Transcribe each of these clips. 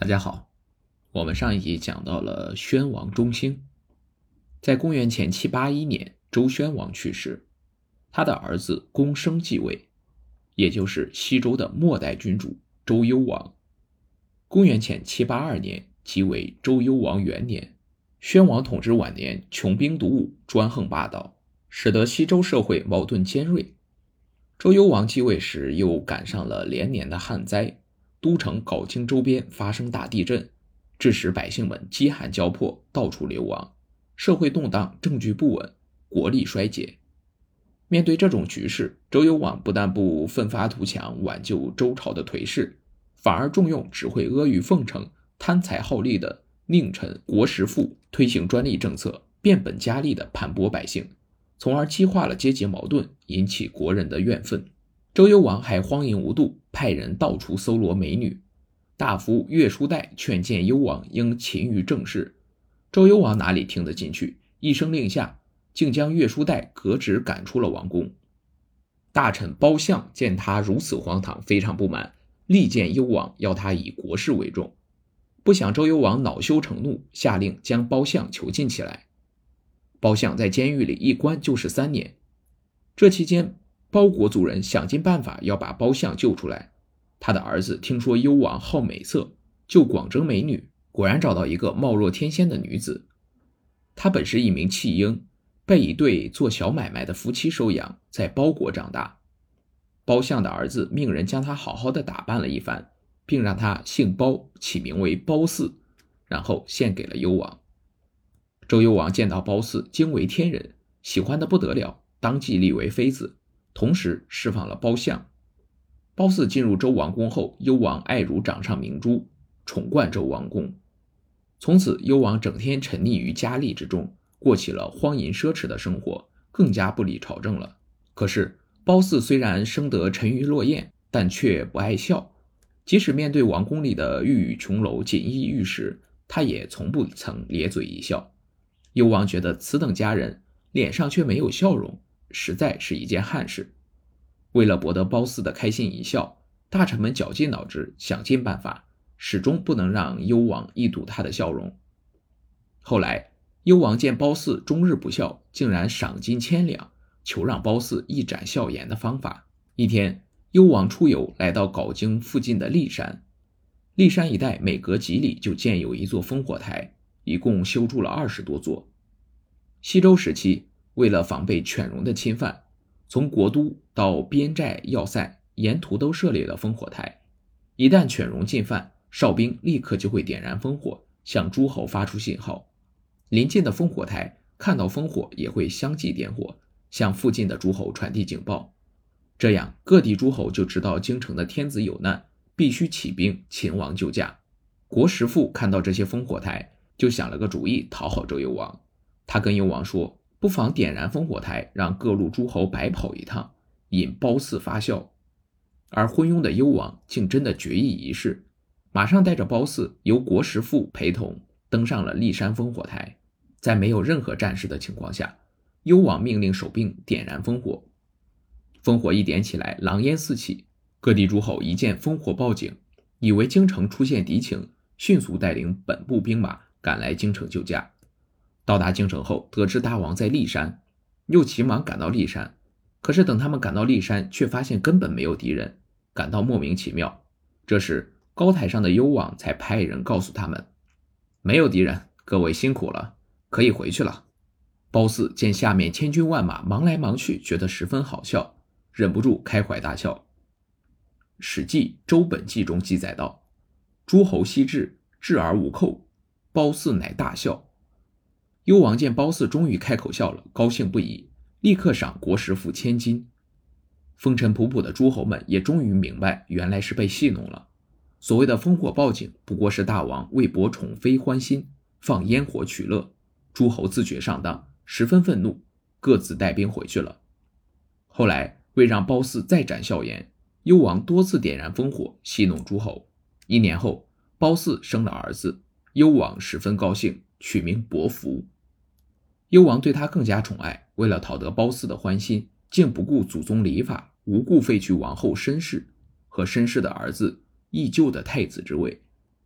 大家好，我们上一集讲到了宣王中兴。在公元前781年，周宣王去世，他的儿子公生继位，也就是西周的末代君主周幽王。公元前782年即为周幽王元年。宣王统治晚年穷兵黩武，专横霸道，使得西周社会矛盾尖锐。周幽王继位时又赶上了连年的旱灾，都城镐京周边发生大地震，致使百姓们饥寒交迫，到处流亡，社会动荡，政局不稳，国力衰竭。面对这种局势，周幽王不但不奋发图强挽救周朝的颓势，反而重用只会阿谀奉承、贪财好利的佞臣国实父，推行专利政策，变本加厉地盘剥百姓，从而激化了阶级矛盾，引起国人的怨愤。周幽王还荒淫无度，派人到处搜罗美女。大夫岳叔岱劝谏幽王应勤于政事，周幽王哪里听得进去，一声令下，竟将岳叔岱革职赶出了王宫。大臣褒相见他如此荒唐，非常不满，力荐幽王，要他以国事为重。不想周幽王恼羞成怒，下令将褒相囚禁起来。褒相在监狱里一关就是3年。这期间，褒国族人想尽办法要把褒相救出来。他的儿子听说幽王好美色，就广征美女，果然找到一个貌若天仙的女子。她本是一名弃婴，被一对做小买卖的夫妻收养，在褒国长大。褒相的儿子命人将她好好的打扮了一番，并让她姓褒，起名为褒姒，然后献给了幽王。周幽王见到褒姒惊为天人，喜欢得不得了，当即立为妃子，同时释放了褒相。褒姒进入周王宫后，幽王爱如掌上明珠，宠冠周王宫。从此幽王整天沉溺于佳丽之中，过起了荒淫奢侈的生活，更加不理朝政了。可是褒姒虽然生得沉鱼落雁，但却不爱笑，即使面对王宫里的玉宇琼楼、锦衣玉食，她也从不曾咧嘴一笑。幽王觉得此等佳人脸上却没有笑容，实在是一件憾事。为了博得褒姒的开心一笑，大臣们绞尽脑汁，想尽办法，始终不能让幽王一睹她的笑容。后来幽王见褒姒终日不笑，竟然赏金1000两，求让褒姒一展笑颜的方法。一天，幽王出游，来到镐京附近的骊山。骊山一带每隔几里就建有一座烽火台，一共修筑了20多座。西周时期，为了防备犬戎的侵犯，从国都到边寨要塞，沿途都设立了烽火台。一旦犬戎进犯，哨兵立刻就会点燃烽火，向诸侯发出信号。临近的烽火台看到烽火也会相继点火，向附近的诸侯传递警报。这样各地诸侯就知道京城的天子有难，必须起兵擒王救驾。国实父看到这些烽火台，就想了个主意讨好周幽王。他跟幽王说，不妨点燃烽火台，让各路诸侯白跑一趟，引褒姒发笑。而昏庸的幽王竟真的决意一试，马上带着褒姒由国实父陪同登上了骊山烽火台。在没有任何战事的情况下，幽王命令守兵点燃烽火。烽火一点起来，狼烟四起，各地诸侯一见烽火报警，以为京城出现敌情，迅速带领本部兵马赶来京城救驾。到达京城后，得知大王在骊山，又急忙赶到骊山。可是等他们赶到骊山，却发现根本没有敌人，感到莫名其妙。这时高台上的幽王才派人告诉他们，没有敌人，各位辛苦了，可以回去了。褒姒见下面千军万马忙来忙去，觉得十分好笑，忍不住开怀大笑。史记《周本纪》中记载道，诸侯西至，至而无寇，褒姒乃大笑。幽王见褒姒终于开口笑了，高兴不已，立刻赏国实父1000金。风尘仆仆的诸侯们也终于明白，原来是被戏弄了。所谓的烽火报警，不过是大王为博宠妃欢心，放烟火取乐。诸侯自觉上当，十分愤怒，各自带兵回去了。后来为让褒姒再展笑颜，幽王多次点燃烽火，戏弄诸侯。1年后，褒姒生了儿子，幽王十分高兴，取名伯服。幽王对他更加宠爱，为了讨得褒姒的欢心，竟不顾祖宗礼法，无故废去王后申氏和申氏的儿子义舅的太子之位，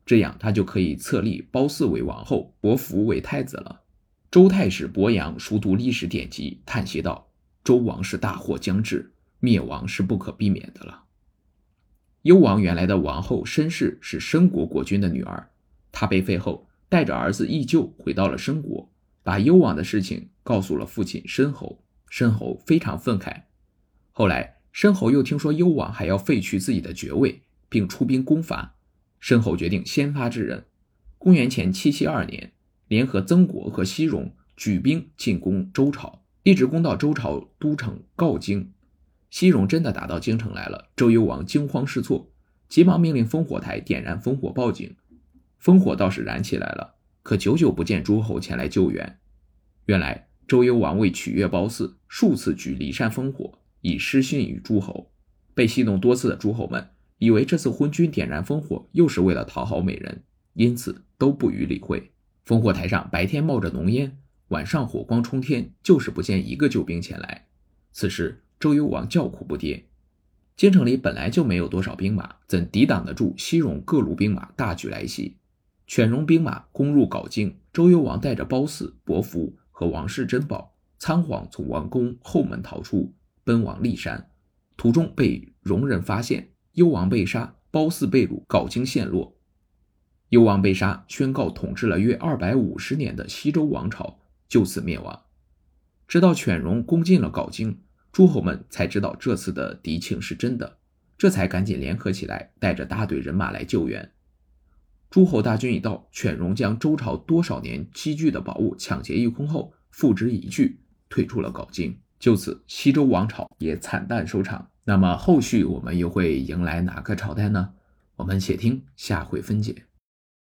这样他就可以册立褒姒为王后，伯服为太子了。周太史伯阳熟读历史典籍，叹息道：周王室大祸将至，灭亡是不可避免的了。幽王原来的王后申氏是申国国君的女儿，她被废后，带着儿子义臼回到了申国，把幽王的事情告诉了父亲申侯。申侯非常愤慨。后来申侯又听说幽王还要废去自己的爵位，并出兵攻伐，申侯决定先发制人。公元前772年，联合曾国和西戎举兵进攻周朝，一直攻到周朝都城镐京。西戎真的打到京城来了，周幽王惊慌失措，急忙命令烽火台点燃烽火报警。烽火倒是燃起来了，可久久不见诸侯前来救援。原来周幽王为取悦褒姒，数次举骊山烽火，以失信于诸侯。被戏弄多次的诸侯们以为这次昏君点燃烽火又是为了讨好美人，因此都不予理会。烽火台上白天冒着浓烟，晚上火光冲天，就是不见一个救兵前来。此时周幽王叫苦不迭，京城里本来就没有多少兵马，怎抵挡得住西戎各路兵马大举来袭？犬戎兵马攻入镐京，周幽王带着褒姒、伯服和王室珍宝仓皇从王宫后门逃出，奔往骊山。途中被戎人发现，幽王被杀，褒姒被掳，镐京陷落。幽王被杀，宣告统治了约250年的西周王朝就此灭亡。直到犬戎攻进了镐京，诸侯们才知道这次的敌情是真的，这才赶紧联合起来，带着大队人马来救援。诸侯大军一到，犬戎将周朝多少年积聚的宝物抢劫一空后，付之一炬，退出了镐京。就此，西周王朝也惨淡收场。那么后续我们又会迎来哪个朝代呢？我们且听下回分解。